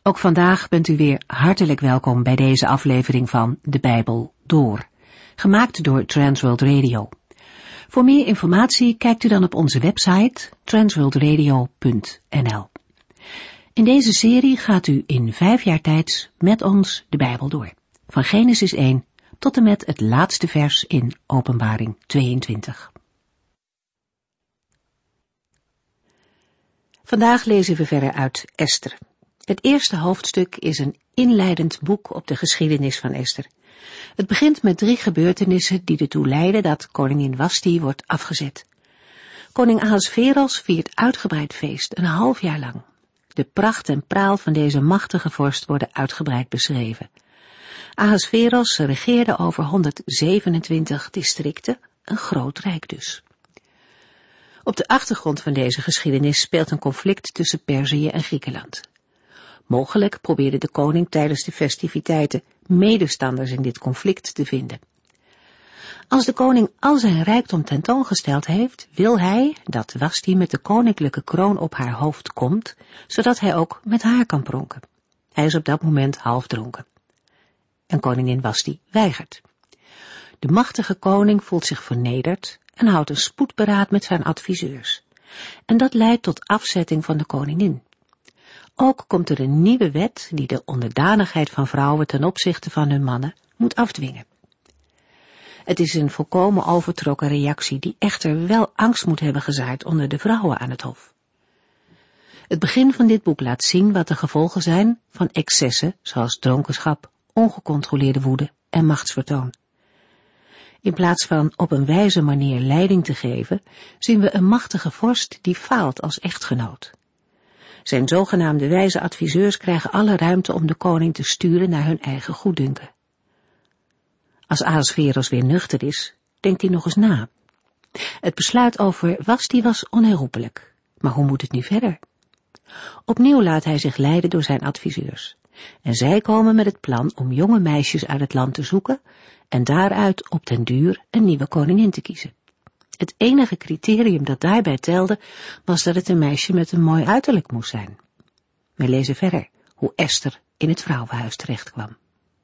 Ook vandaag bent u weer hartelijk welkom bij deze aflevering van De Bijbel Door, gemaakt door Transworld Radio. Voor meer informatie kijkt u dan op onze website transworldradio.nl. In deze serie gaat u in 5 jaar tijd met ons de Bijbel door, van Genesis 1 tot en met het laatste vers in Openbaring 22. Vandaag lezen we verder uit Esther. Het eerste hoofdstuk is een inleidend boek op de geschiedenis van Esther. Het begint met 3 gebeurtenissen die ertoe leiden dat koningin Vashti wordt afgezet. Koning Ahasveros viert uitgebreid feest, een half jaar lang. De pracht en praal van deze machtige vorst worden uitgebreid beschreven. Ahasveros regeerde over 127 districten, een groot rijk dus. Op de achtergrond van deze geschiedenis speelt een conflict tussen Perzië en Griekenland. Mogelijk probeerde de koning tijdens de festiviteiten medestanders in dit conflict te vinden. Als de koning al zijn rijkdom tentoongesteld heeft, wil hij dat Vashti met de koninklijke kroon op haar hoofd komt, zodat hij ook met haar kan pronken. Hij is op dat moment half dronken. En koningin Vashti weigert. De machtige koning voelt zich vernederd en houdt een spoedberaad met zijn adviseurs. En dat leidt tot afzetting van de koningin. Ook komt er een nieuwe wet die de onderdanigheid van vrouwen ten opzichte van hun mannen moet afdwingen. Het is een volkomen overtrokken reactie die echter wel angst moet hebben gezaaid onder de vrouwen aan het hof. Het begin van dit boek laat zien wat de gevolgen zijn van excessen zoals dronkenschap, ongecontroleerde woede en machtsvertoon. In plaats van op een wijze manier leiding te geven, zien we een machtige vorst die faalt als echtgenoot. Zijn zogenaamde wijze adviseurs krijgen alle ruimte om de koning te sturen naar hun eigen goeddunken. Als Ahasveros weer nuchter is, denkt hij nog eens na. Het besluit over Vashti was onherroepelijk. Maar hoe moet het nu verder? Opnieuw laat hij zich leiden door zijn adviseurs. En zij komen met het plan om jonge meisjes uit het land te zoeken en daaruit op den duur een nieuwe koningin te kiezen. Het enige criterium dat daarbij telde was dat het een meisje met een mooi uiterlijk moest zijn. We lezen verder hoe Esther in het vrouwenhuis terechtkwam.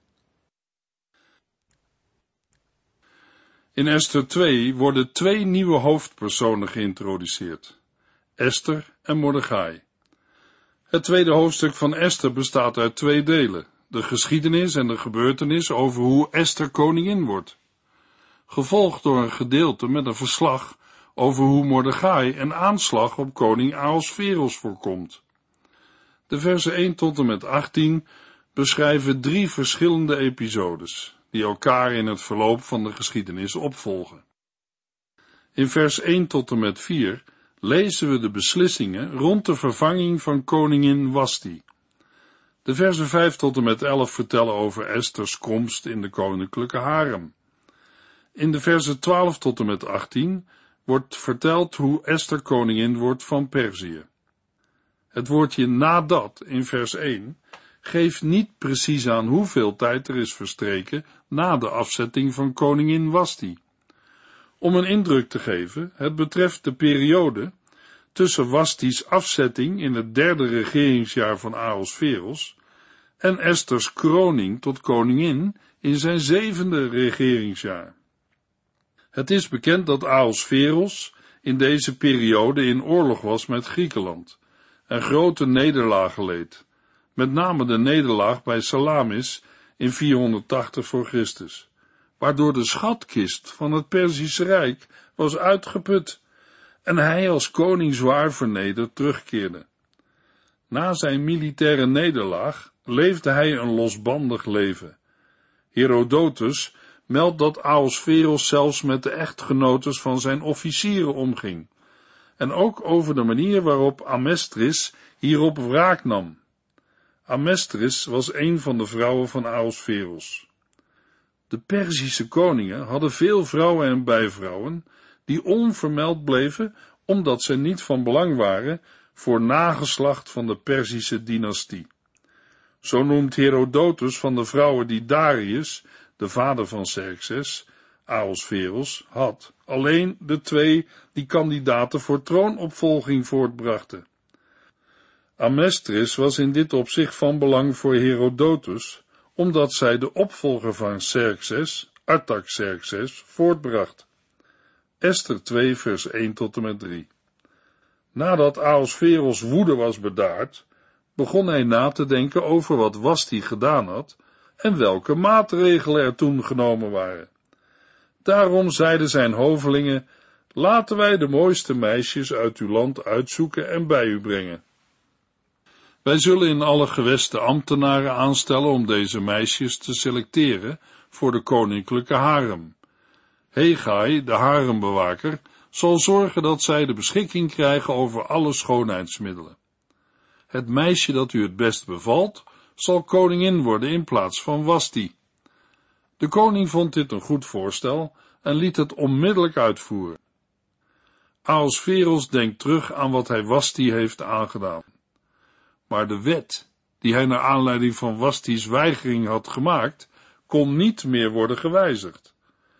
In Esther 2 worden 2 nieuwe hoofdpersonen geïntroduceerd: Esther en Mordechai. Het tweede hoofdstuk van Esther bestaat uit 2 delen: de geschiedenis en de gebeurtenis over hoe Esther koningin wordt, gevolgd door een gedeelte met een verslag over hoe Mordechai een aanslag op koning Ahasveros voorkomt. De versen 1 tot en met 18 beschrijven 3 verschillende episodes, die elkaar in het verloop van de geschiedenis opvolgen. In vers 1 tot en met 4 lezen we de beslissingen rond de vervanging van koningin Vashti. De versen 5 tot en met 11 vertellen over Esters komst in de koninklijke harem. In de versen 12 tot en met 18 wordt verteld hoe Esther koningin wordt van Perzië. Het woordje nadat in vers 1 geeft niet precies aan hoeveel tijd er is verstreken na de afzetting van koningin Vashti. Om een indruk te geven, het betreft de periode tussen Vashti's afzetting in het 3e regeringsjaar van Ahasveros en Esters kroning tot koningin in zijn 7e regeringsjaar. Het is bekend dat Ahasveros in deze periode in oorlog was met Griekenland en grote nederlagen leed, met name de nederlaag bij Salamis in 480 voor Christus, waardoor de schatkist van het Perzische Rijk was uitgeput en hij als koning zwaar vernederd terugkeerde. Na zijn militaire nederlaag leefde hij een losbandig leven. Herodotus meldt dat Ahasveros zelfs met de echtgenotes van zijn officieren omging, en ook over de manier waarop Amestris hierop wraak nam. Amestris was een van de vrouwen van Ahasveros. De Perzische koningen hadden veel vrouwen en bijvrouwen die onvermeld bleven omdat ze niet van belang waren voor nageslacht van de Perzische dynastie. Zo noemt Herodotus van de vrouwen die Darius, de vader van Xerxes, Ahasveros, had, alleen de 2 die kandidaten voor troonopvolging voortbrachten. Amestris was in dit opzicht van belang voor Herodotus, omdat zij de opvolger van Xerxes, Artaxerxes, voortbracht. Esther 2 vers 1 tot en met 3. Nadat Ahasveros woede was bedaard, begon hij na te denken over wat Vashti gedaan had en welke maatregelen er toen genomen waren. Daarom zeiden zijn hovelingen: laten wij de mooiste meisjes uit uw land uitzoeken en bij u brengen. Wij zullen in alle gewesten ambtenaren aanstellen om deze meisjes te selecteren voor de koninklijke harem. Hegai, de harembewaker, zal zorgen dat zij de beschikking krijgen over alle schoonheidsmiddelen. Het meisje dat u het best bevalt, zal koningin worden in plaats van Vashti. De koning vond dit een goed voorstel en liet het onmiddellijk uitvoeren. Ahasveros denkt terug aan wat hij Vashti heeft aangedaan. Maar de wet, die hij naar aanleiding van Vashti's weigering had gemaakt, kon niet meer worden gewijzigd.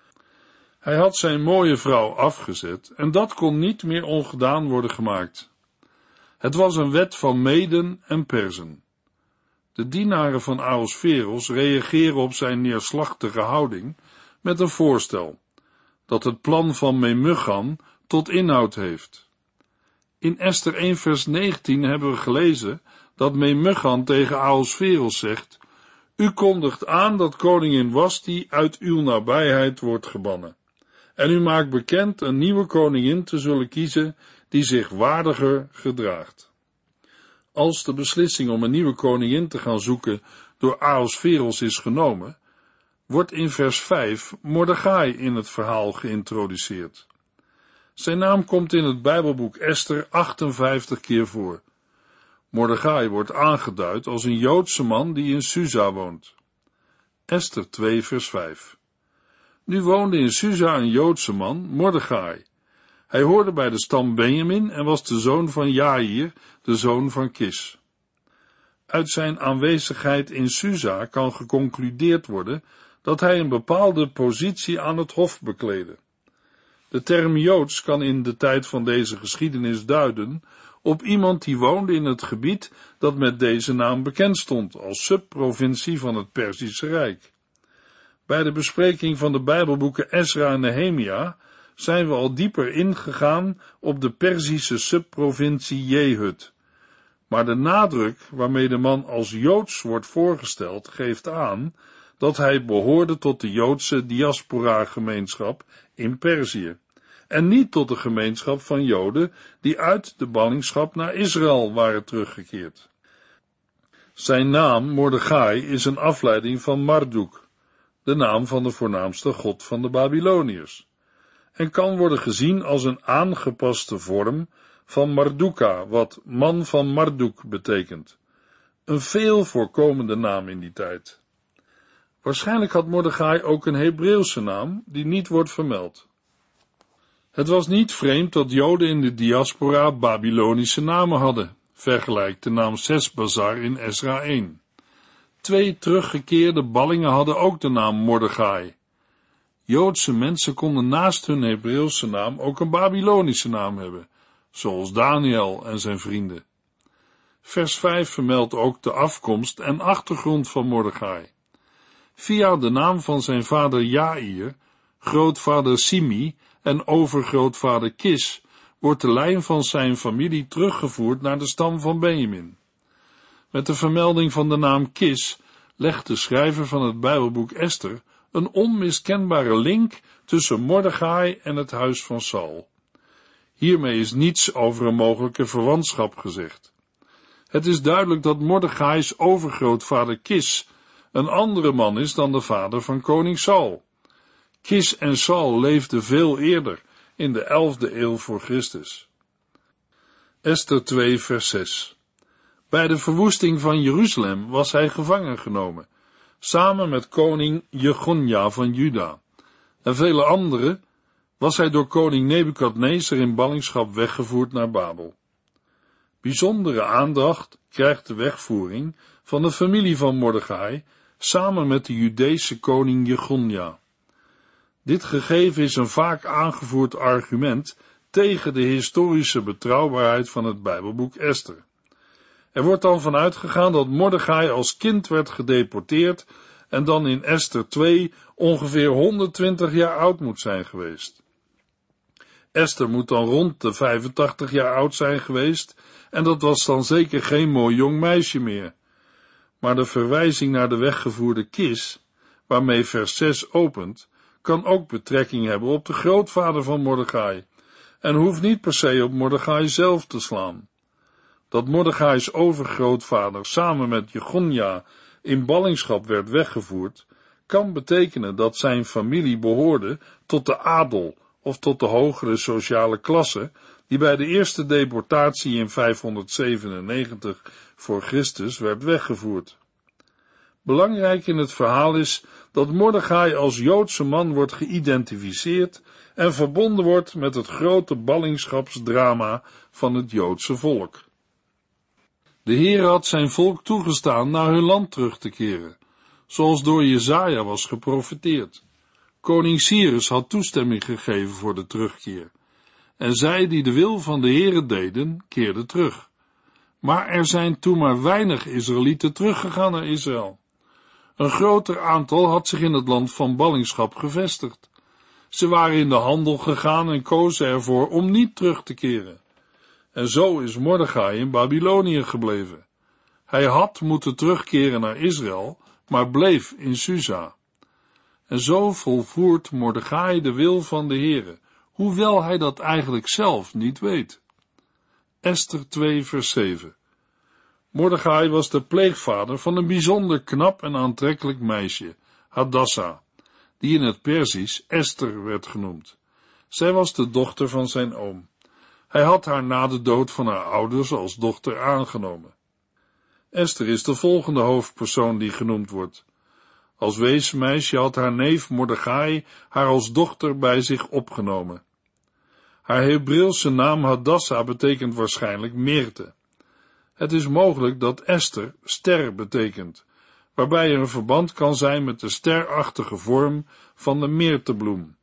Hij had zijn mooie vrouw afgezet en dat kon niet meer ongedaan worden gemaakt. Het was een wet van Meden en Perzen. De dienaren van Ahasveros reageren op zijn neerslachtige houding met een voorstel, dat het plan van Memucan tot inhoud heeft. In Esther 1 vers 19 hebben we gelezen dat Memucan tegen Ahasveros zegt: u kondigt aan dat koningin Vashti uit uw nabijheid wordt gebannen. En u maakt bekend een nieuwe koningin te zullen kiezen die zich waardiger gedraagt. Als de beslissing om een nieuwe koningin te gaan zoeken door Ahasveros is genomen, wordt in vers 5 Mordechai in het verhaal geïntroduceerd. Zijn naam komt in het Bijbelboek Esther 58 keer voor. Mordechai wordt aangeduid als een Joodse man die in Susa woont. Esther 2 vers 5. Nu woonde in Susa een Joodse man, Mordechai. Hij hoorde bij de stam Benjamin en was de zoon van Jair, de zoon van Kis. Uit zijn aanwezigheid in Susa kan geconcludeerd worden dat hij een bepaalde positie aan het hof bekleedde. De term Joods kan in de tijd van deze geschiedenis duiden op iemand die woonde in het gebied dat met deze naam bekend stond als subprovincie van het Perzische Rijk. Bij de bespreking van de Bijbelboeken Ezra en Nehemia zijn we al dieper ingegaan op de Perzische subprovincie Jehud. Maar de nadruk waarmee de man als Joods wordt voorgesteld geeft aan dat hij behoorde tot de Joodse diaspora-gemeenschap in Perzië en niet tot de gemeenschap van Joden die uit de ballingschap naar Israël waren teruggekeerd. Zijn naam, Mordechai, is een afleiding van Marduk, de naam van de voornaamste god van de Babyloniërs, en kan worden gezien als een aangepaste vorm van Marduka, wat man van Marduk betekent, een veel voorkomende naam in die tijd. Waarschijnlijk had Mordechai ook een Hebreeuwse naam, die niet wordt vermeld. Het was niet vreemd dat Joden in de diaspora Babylonische namen hadden, vergelijk de naam Sesbazar in Ezra 1. 2 teruggekeerde ballingen hadden ook de naam Mordechai. Joodse mensen konden naast hun Hebreeuwse naam ook een Babylonische naam hebben, zoals Daniel en zijn vrienden. Vers 5 vermeldt ook de afkomst en achtergrond van Mordechai. Via de naam van zijn vader Jair, grootvader Simi en overgrootvader Kis wordt de lijn van zijn familie teruggevoerd naar de stam van Benjamin. Met de vermelding van de naam Kis legt de schrijver van het Bijbelboek Esther een onmiskenbare link tussen Mordechai en het huis van Saul. Hiermee is niets over een mogelijke verwantschap gezegd. Het is duidelijk dat Mordechai's overgrootvader Kis een andere man is dan de vader van koning Saul. Kis en Saul leefden veel eerder, in de 11e eeuw voor Christus. Esther 2 vers 6. Bij de verwoesting van Jeruzalem was hij gevangen genomen, samen met koning Jegonja van Juda, en vele anderen was hij door koning Nebukadnezar in ballingschap weggevoerd naar Babel. Bijzondere aandacht krijgt de wegvoering van de familie van Mordechai, samen met de Judese koning Jegonja. Dit gegeven is een vaak aangevoerd argument tegen de historische betrouwbaarheid van het Bijbelboek Esther. Er wordt dan van uitgegaan dat Mordechai als kind werd gedeporteerd en dan in Esther 2 ongeveer 120 jaar oud moet zijn geweest. Esther moet dan rond de 85 jaar oud zijn geweest en dat was dan zeker geen mooi jong meisje meer. Maar de verwijzing naar de weggevoerde kis, waarmee vers 6 opent, kan ook betrekking hebben op de grootvader van Mordechai en hoeft niet per se op Mordechai zelf te slaan. Dat Mordechai's overgrootvader samen met Jegonja in ballingschap werd weggevoerd, kan betekenen dat zijn familie behoorde tot de adel of tot de hogere sociale klasse die bij de eerste deportatie in 597 voor Christus werd weggevoerd. Belangrijk in het verhaal is dat Mordechai als Joodse man wordt geïdentificeerd en verbonden wordt met het grote ballingschapsdrama van het Joodse volk. De Heer had zijn volk toegestaan naar hun land terug te keren, zoals door Jesaja was geprofeteerd. Koning Cyrus had toestemming gegeven voor de terugkeer, en zij die de wil van de Heere deden, keerden terug. Maar er zijn toen maar weinig Israëlieten teruggegaan naar Israël. Een groter aantal had zich in het land van ballingschap gevestigd. Ze waren in de handel gegaan en kozen ervoor om niet terug te keren. En zo is Mordechai in Babylonië gebleven. Hij had moeten terugkeren naar Israël, maar bleef in Susa. En zo volvoert Mordechai de wil van de Heere, hoewel hij dat eigenlijk zelf niet weet. Esther 2 vers 7. Mordechai was de pleegvader van een bijzonder knap en aantrekkelijk meisje, Hadassa, die in het Perzisch Esther werd genoemd. Zij was de dochter van zijn oom. Hij had haar na de dood van haar ouders als dochter aangenomen. Esther is de volgende hoofdpersoon die genoemd wordt. Als weesmeisje had haar neef Mordechai haar als dochter bij zich opgenomen. Haar Hebreeuwse naam Hadassa betekent waarschijnlijk Meerte. Het is mogelijk dat Esther ster betekent, waarbij er een verband kan zijn met de sterachtige vorm van de meertebloem.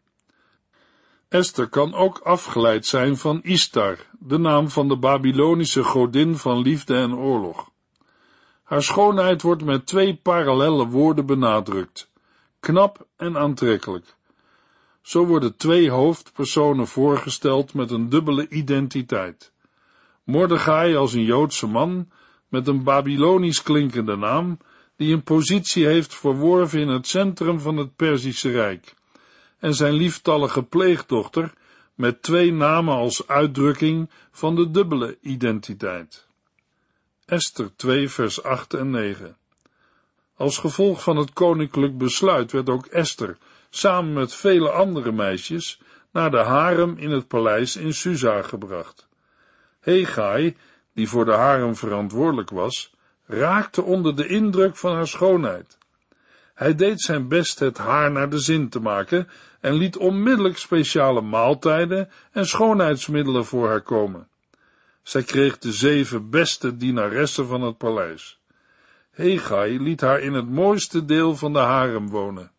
Esther kan ook afgeleid zijn van Ishtar, de naam van de Babylonische godin van liefde en oorlog. Haar schoonheid wordt met twee parallelle woorden benadrukt, knap en aantrekkelijk. Zo worden twee hoofdpersonen voorgesteld met een dubbele identiteit. Mordechai als een Joodse man met een Babylonisch klinkende naam, die een positie heeft verworven in het centrum van het Perzische Rijk, en zijn lieftallige pleegdochter met twee namen als uitdrukking van de dubbele identiteit. Esther 2 vers 8 en 9. Als gevolg van het koninklijk besluit werd ook Esther, samen met vele andere meisjes, naar de harem in het paleis in Susa gebracht. Hegai, die voor de harem verantwoordelijk was, raakte onder de indruk van haar schoonheid. Hij deed zijn best het haar naar de zin te maken en liet onmiddellijk speciale maaltijden en schoonheidsmiddelen voor haar komen. Zij kreeg de 7 beste dienaressen van het paleis. Hegai liet haar in het mooiste deel van de harem wonen.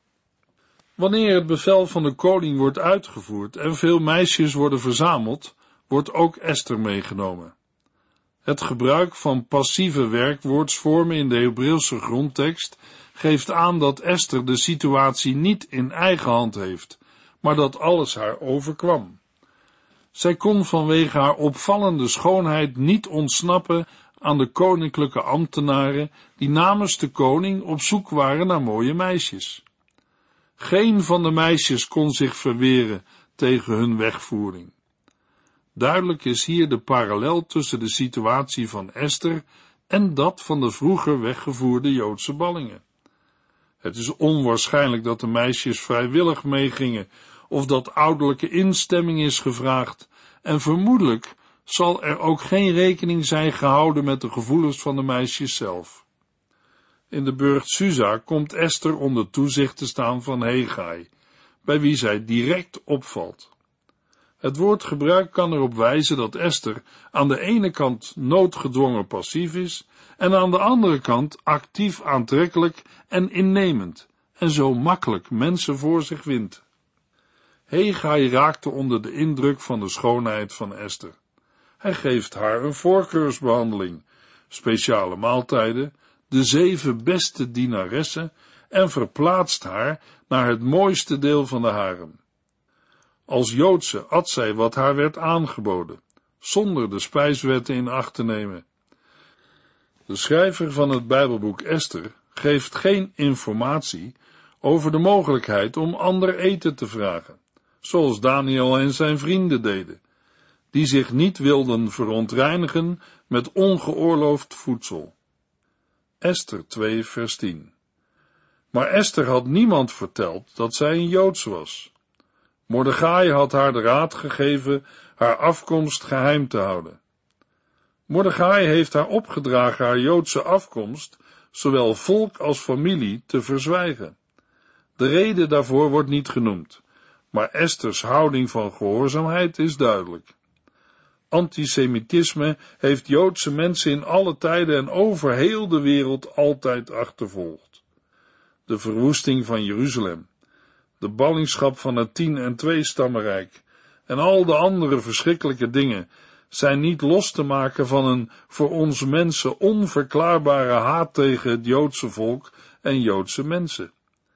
Wanneer het bevel van de koning wordt uitgevoerd en veel meisjes worden verzameld, wordt ook Esther meegenomen. Het gebruik van passieve werkwoordsvormen in de Hebreeuwse grondtekst geeft aan dat Esther de situatie niet in eigen hand heeft, maar dat alles haar overkwam. Zij kon vanwege haar opvallende schoonheid niet ontsnappen aan de koninklijke ambtenaren die namens de koning op zoek waren naar mooie meisjes. Geen van de meisjes kon zich verweren tegen hun wegvoering. Duidelijk is hier de parallel tussen de situatie van Esther en dat van de vroeger weggevoerde Joodse ballingen. Het is onwaarschijnlijk dat de meisjes vrijwillig meegingen of dat ouderlijke instemming is gevraagd, en vermoedelijk zal er ook geen rekening zijn gehouden met de gevoelens van de meisjes zelf. In de burcht Susa komt Esther onder toezicht te staan van Hegai, bij wie zij direct opvalt. Het woordgebruik kan erop wijzen dat Esther aan de ene kant noodgedwongen passief is en aan de andere kant actief aantrekkelijk en innemend en zo makkelijk mensen voor zich wint. Hegai raakte onder de indruk van de schoonheid van Esther. Hij geeft haar een voorkeursbehandeling, speciale maaltijden, de 7 beste dienaressen en verplaatst haar naar het mooiste deel van de harem. Als Joodse at zij wat haar werd aangeboden, zonder de spijswetten in acht te nemen. De schrijver van het Bijbelboek Esther geeft geen informatie over de mogelijkheid om ander eten te vragen, zoals Daniel en zijn vrienden deden, die zich niet wilden verontreinigen met ongeoorloofd voedsel. Esther 2 vers 10. Maar Esther had niemand verteld dat zij een Joods was. Mordechai had haar de raad gegeven haar afkomst geheim te houden. Mordechai heeft haar opgedragen haar Joodse afkomst, zowel volk als familie, te verzwijgen. De reden daarvoor wordt niet genoemd, maar Esters houding van gehoorzaamheid is duidelijk. Antisemitisme heeft Joodse mensen in alle tijden en over heel de wereld altijd achtervolgd. De verwoesting van Jeruzalem, de ballingschap van het 10- en 2-stammenrijk en al de andere verschrikkelijke dingen zijn niet los te maken van een voor ons mensen onverklaarbare haat tegen het Joodse volk en Joodse mensen.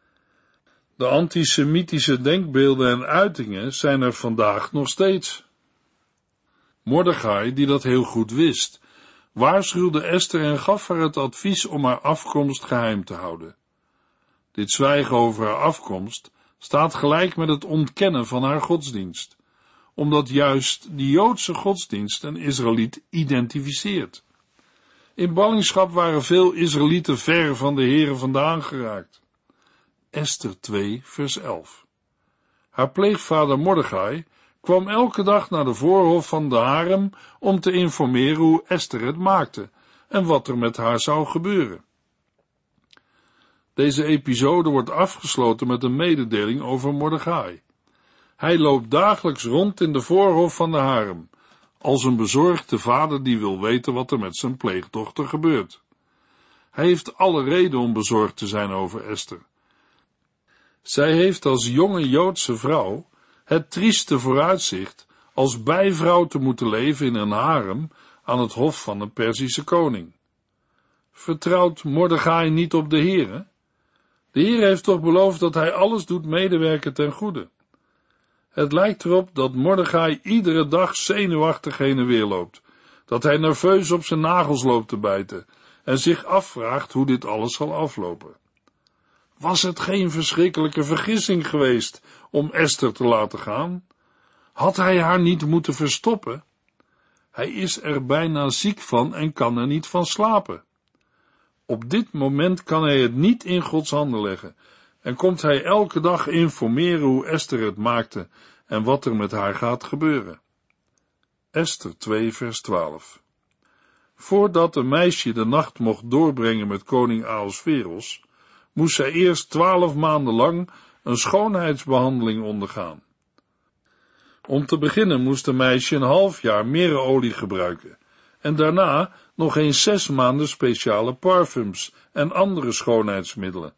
De antisemitische denkbeelden en uitingen zijn er vandaag nog steeds. Mordechai, die dat heel goed wist, waarschuwde Esther en gaf haar het advies om haar afkomst geheim te houden. Dit zwijgen over haar afkomst staat gelijk met het ontkennen van haar godsdienst, omdat juist die Joodse godsdienst een Israëliet identificeert. In ballingschap waren veel Israëlieten ver van de Here vandaan geraakt. Esther 2 vers 11. Haar pleegvader Mordechai kwam elke dag naar de voorhof van de harem om te informeren hoe Esther het maakte en wat er met haar zou gebeuren. Deze episode wordt afgesloten met een mededeling over Mordechai. Hij loopt dagelijks rond in de voorhof van de harem, als een bezorgde vader die wil weten wat er met zijn pleegdochter gebeurt. Hij heeft alle reden om bezorgd te zijn over Esther. Zij heeft als jonge Joodse vrouw het trieste vooruitzicht als bijvrouw te moeten leven in een harem aan het hof van een Perzische koning. Vertrouwt Mordechai niet op de Heere? De Heer heeft toch beloofd dat hij alles doet medewerken ten goede. Het lijkt erop dat Mordechai iedere dag zenuwachtig heen en weer loopt, dat hij nerveus op zijn nagels loopt te bijten en zich afvraagt hoe dit alles zal aflopen. Was het geen verschrikkelijke vergissing geweest om Esther te laten gaan? Had hij haar niet moeten verstoppen? Hij is er bijna ziek van en kan er niet van slapen. Op dit moment kan hij het niet in Gods handen leggen en komt hij elke dag informeren hoe Esther het maakte en wat er met haar gaat gebeuren. Esther 2 vers 12. Voordat een meisje de nacht mocht doorbrengen met koning Ahasveros, moest zij eerst 12 maanden lang een schoonheidsbehandeling ondergaan. Om te beginnen moest een meisje een half jaar mirreolie gebruiken en daarna nog eens 6 maanden speciale parfums en andere schoonheidsmiddelen.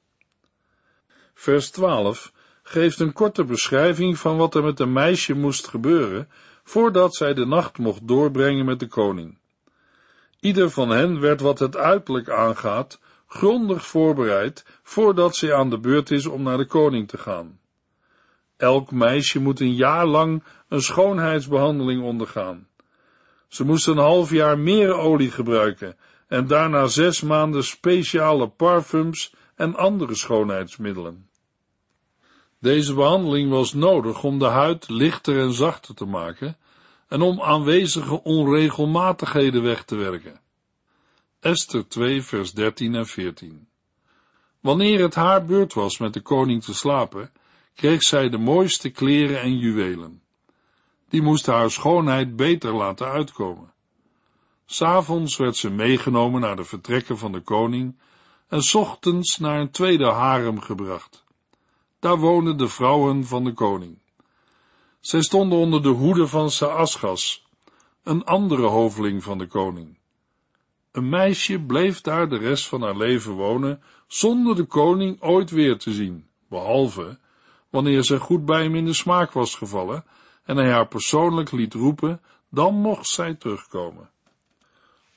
Vers 12 geeft een korte beschrijving van wat er met een meisje moest gebeuren voordat zij de nacht mocht doorbrengen met de koning. Ieder van hen werd wat het uiterlijk aangaat grondig voorbereid voordat zij aan de beurt is om naar de koning te gaan. Elk meisje moet een jaar lang een schoonheidsbehandeling ondergaan. Ze moesten een half jaar mirreolie gebruiken en daarna 6 maanden speciale parfums en andere schoonheidsmiddelen. Deze behandeling was nodig om de huid lichter en zachter te maken en om aanwezige onregelmatigheden weg te werken. Esther 2 vers 13 en 14. Wanneer het haar beurt was met de koning te slapen, kreeg zij de mooiste kleren en juwelen. Die moesten haar schoonheid beter laten uitkomen. 'S Avonds werd ze meegenomen naar de vertrekken van de koning en 's ochtends naar een tweede harem gebracht. Daar woonden de vrouwen van de koning. Zij stonden onder de hoede van Saasgas, een andere hoveling van de koning. Een meisje bleef daar de rest van haar leven wonen, zonder de koning ooit weer te zien, behalve wanneer zij goed bij hem in de smaak was gevallen en hij haar persoonlijk liet roepen, dan mocht zij terugkomen.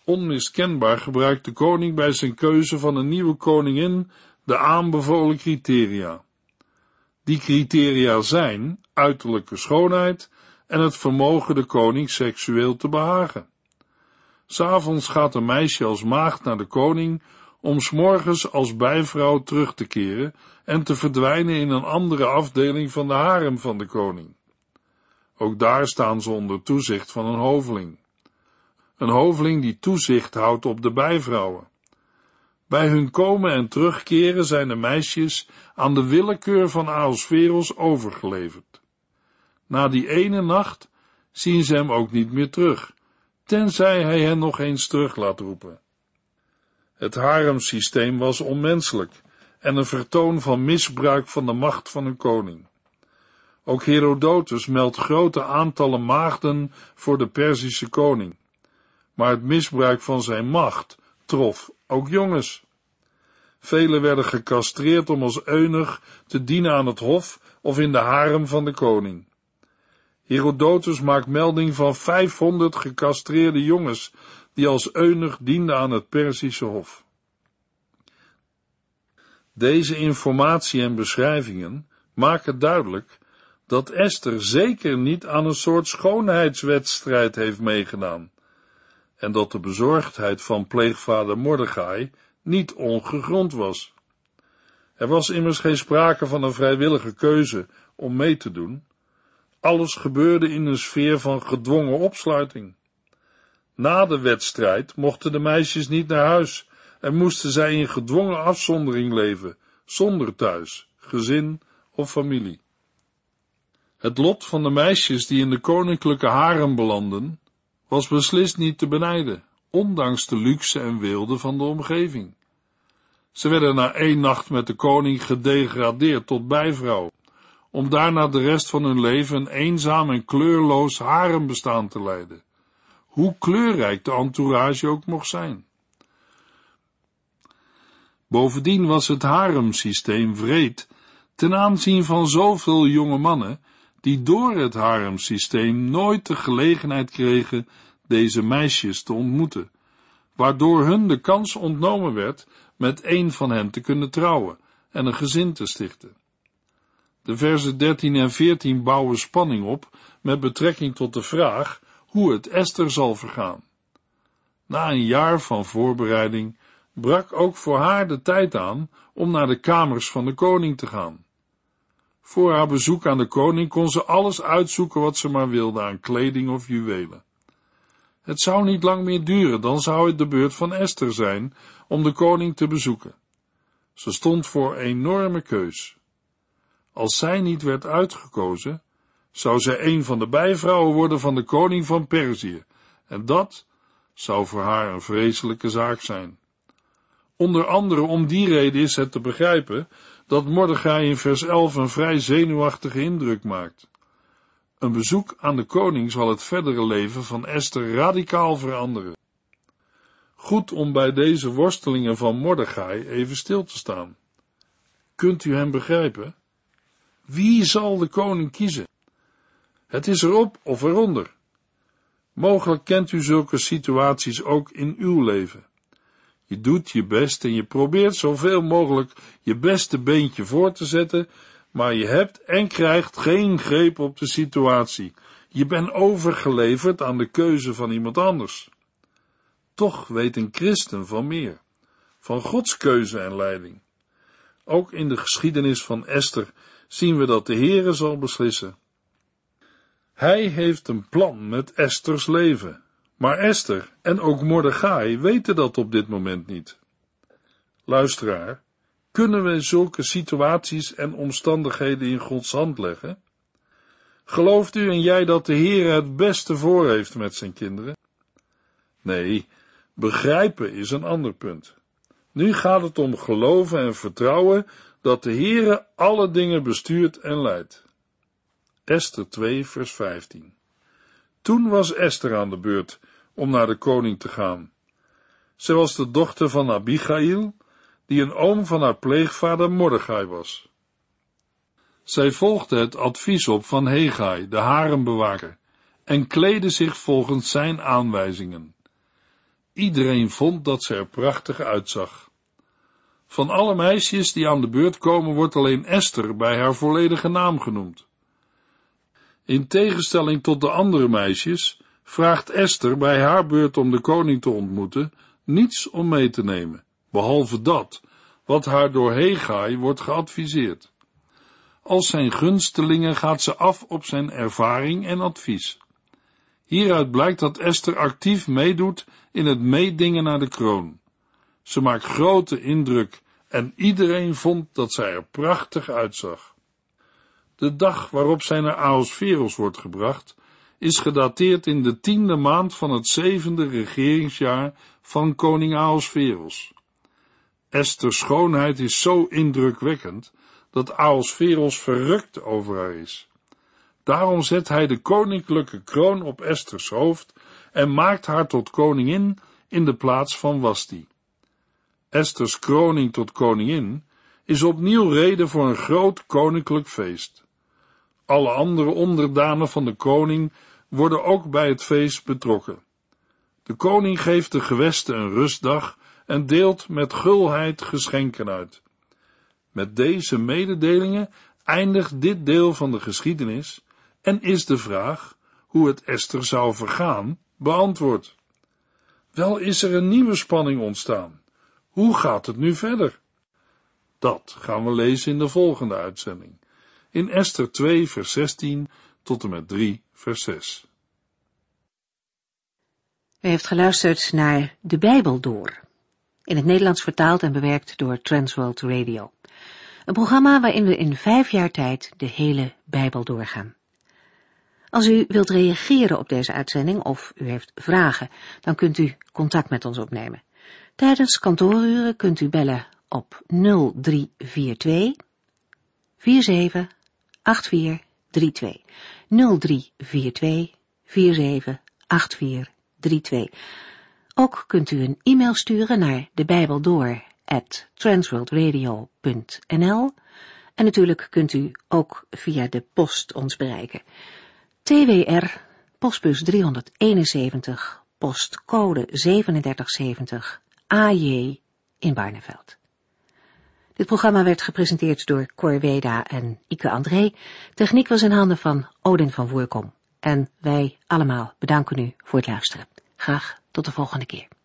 Onmiskenbaar gebruikt de koning bij zijn keuze van een nieuwe koningin de aanbevolen criteria. Die criteria zijn uiterlijke schoonheid en het vermogen de koning seksueel te behagen. 'S Avonds gaat een meisje als maagd naar de koning om 's morgens als bijvrouw terug te keren en te verdwijnen in een andere afdeling van de harem van de koning. Ook daar staan ze onder toezicht van een hoveling. Een hoveling die toezicht houdt op de bijvrouwen. Bij hun komen en terugkeren zijn de meisjes aan de willekeur van Ahasveros overgeleverd. Na die ene nacht zien ze hem ook niet meer terug, tenzij hij hen nog eens terug laat roepen. Het haremsysteem was onmenselijk en een vertoon van misbruik van de macht van een koning. Ook Herodotus meldt grote aantallen maagden voor de Perzische koning, maar het misbruik van zijn macht trof ook jongens. Velen werden gecastreerd om als eunuch te dienen aan het hof of in de harem van de koning. Herodotus maakt melding van 500 gecastreerde jongens die als eunuch dienden aan het Perzische hof. Deze informatie en beschrijvingen maken duidelijk dat Esther zeker niet aan een soort schoonheidswedstrijd heeft meegedaan en dat de bezorgdheid van pleegvader Mordechai niet ongegrond was. Er was immers geen sprake van een vrijwillige keuze om mee te doen. Alles gebeurde in een sfeer van gedwongen opsluiting. Na de wedstrijd mochten de meisjes niet naar huis en moesten zij in gedwongen afzondering leven, zonder thuis, gezin of familie. Het lot van de meisjes die in de koninklijke harem belanden, was beslist niet te benijden, ondanks de luxe en weelde van de omgeving. Ze werden na 1 nacht met de koning gedegradeerd tot bijvrouw, om daarna de rest van hun leven een eenzaam en kleurloos harembestaan te leiden, hoe kleurrijk de entourage ook mocht zijn. Bovendien was het haremsysteem wreed ten aanzien van zoveel jonge mannen, die door het haremsysteem nooit de gelegenheid kregen deze meisjes te ontmoeten, waardoor hun de kans ontnomen werd met een van hen te kunnen trouwen en een gezin te stichten. De verzen 13 en 14 bouwen spanning op met betrekking tot de vraag hoe het Esther zal vergaan. Na een jaar van voorbereiding brak ook voor haar de tijd aan om naar de kamers van de koning te gaan. Voor haar bezoek aan de koning kon ze alles uitzoeken wat ze maar wilde aan kleding of juwelen. Het zou niet lang meer duren, dan zou het de beurt van Esther zijn om de koning te bezoeken. Ze stond voor een enorme keus. Als zij niet werd uitgekozen, zou zij een van de bijvrouwen worden van de koning van Perzië, en dat zou voor haar een vreselijke zaak zijn. Onder andere om die reden is het te begrijpen dat Mordechai in vers 11 een vrij zenuwachtige indruk maakt. Een bezoek aan de koning zal het verdere leven van Esther radicaal veranderen. Goed om bij deze worstelingen van Mordechai even stil te staan. Kunt u hem begrijpen? Wie zal de koning kiezen? Het is erop of eronder. Mogelijk kent u zulke situaties ook in uw leven. Je doet je best en je probeert zoveel mogelijk je beste beentje voor te zetten, maar je hebt en krijgt geen greep op de situatie. Je bent overgeleverd aan de keuze van iemand anders. Toch weet een christen van meer, van Gods keuze en leiding. Ook in de geschiedenis van Esther zien we dat de Heere zal beslissen. Hij heeft een plan met Esters leven, maar Esther en ook Mordechai weten dat op dit moment niet. Luisteraar, kunnen we zulke situaties en omstandigheden in Gods hand leggen? Gelooft u en jij dat de Heere het beste voor heeft met zijn kinderen? Nee, begrijpen is een ander punt. Nu gaat het om geloven en vertrouwen dat de Heere alle dingen bestuurt en leidt. Esther 2, vers 15. Toen was Esther aan de beurt om naar de koning te gaan. Zij was de dochter van Abigail, die een oom van haar pleegvader Mordechai was. Zij volgde het advies op van Hegai, de harembewaker, en kleedde zich volgens zijn aanwijzingen. Iedereen vond dat ze er prachtig uitzag. Van alle meisjes die aan de beurt komen wordt alleen Esther bij haar volledige naam genoemd. In tegenstelling tot de andere meisjes vraagt Esther bij haar beurt om de koning te ontmoeten niets om mee te nemen, behalve dat wat haar door Hegai wordt geadviseerd. Als zijn gunstelinge gaat ze af op zijn ervaring en advies. Hieruit blijkt dat Esther actief meedoet in het meedingen naar de kroon. Ze maakt grote indruk en iedereen vond dat zij er prachtig uitzag. De dag waarop zij naar Ahasveros wordt gebracht, is gedateerd in de 10e maand van het 7e regeringsjaar van koning Ahasveros. Esther's schoonheid is zo indrukwekkend dat Ahasveros verrukt over haar is. Daarom zet hij de koninklijke kroon op Esther's hoofd en maakt haar tot koningin in de plaats van Vasti. Esther's kroning tot koningin is opnieuw reden voor een groot koninklijk feest. Alle andere onderdanen van de koning worden ook bij het feest betrokken. De koning geeft de gewesten een rustdag en deelt met gulheid geschenken uit. Met deze mededelingen eindigt dit deel van de geschiedenis en is de vraag hoe het Esther zou vergaan beantwoord. Wel is er een nieuwe spanning ontstaan. Hoe gaat het nu verder? Dat gaan we lezen in de volgende uitzending. In Esther 2 vers 16 tot en met 3 vers 6. U heeft geluisterd naar De Bijbel Door, in het Nederlands vertaald en bewerkt door Transworld Radio. Een programma waarin we in 5 jaar tijd de hele Bijbel doorgaan. Als u wilt reageren op deze uitzending of u heeft vragen, dan kunt u contact met ons opnemen. Tijdens kantooruren kunt u bellen op 0342 478432. 0342 478432. Ook kunt u een e-mail sturen naar debijbeldoor@transworldradio.nl en natuurlijk kunt u ook via de post ons bereiken. TWR, postbus 371, postcode 3770, AJ in Barneveld. Dit programma werd gepresenteerd door Cor Weda en Ike André. Techniek was in handen van Odin van Voerkom. En wij allemaal bedanken u voor het luisteren. Graag tot de volgende keer.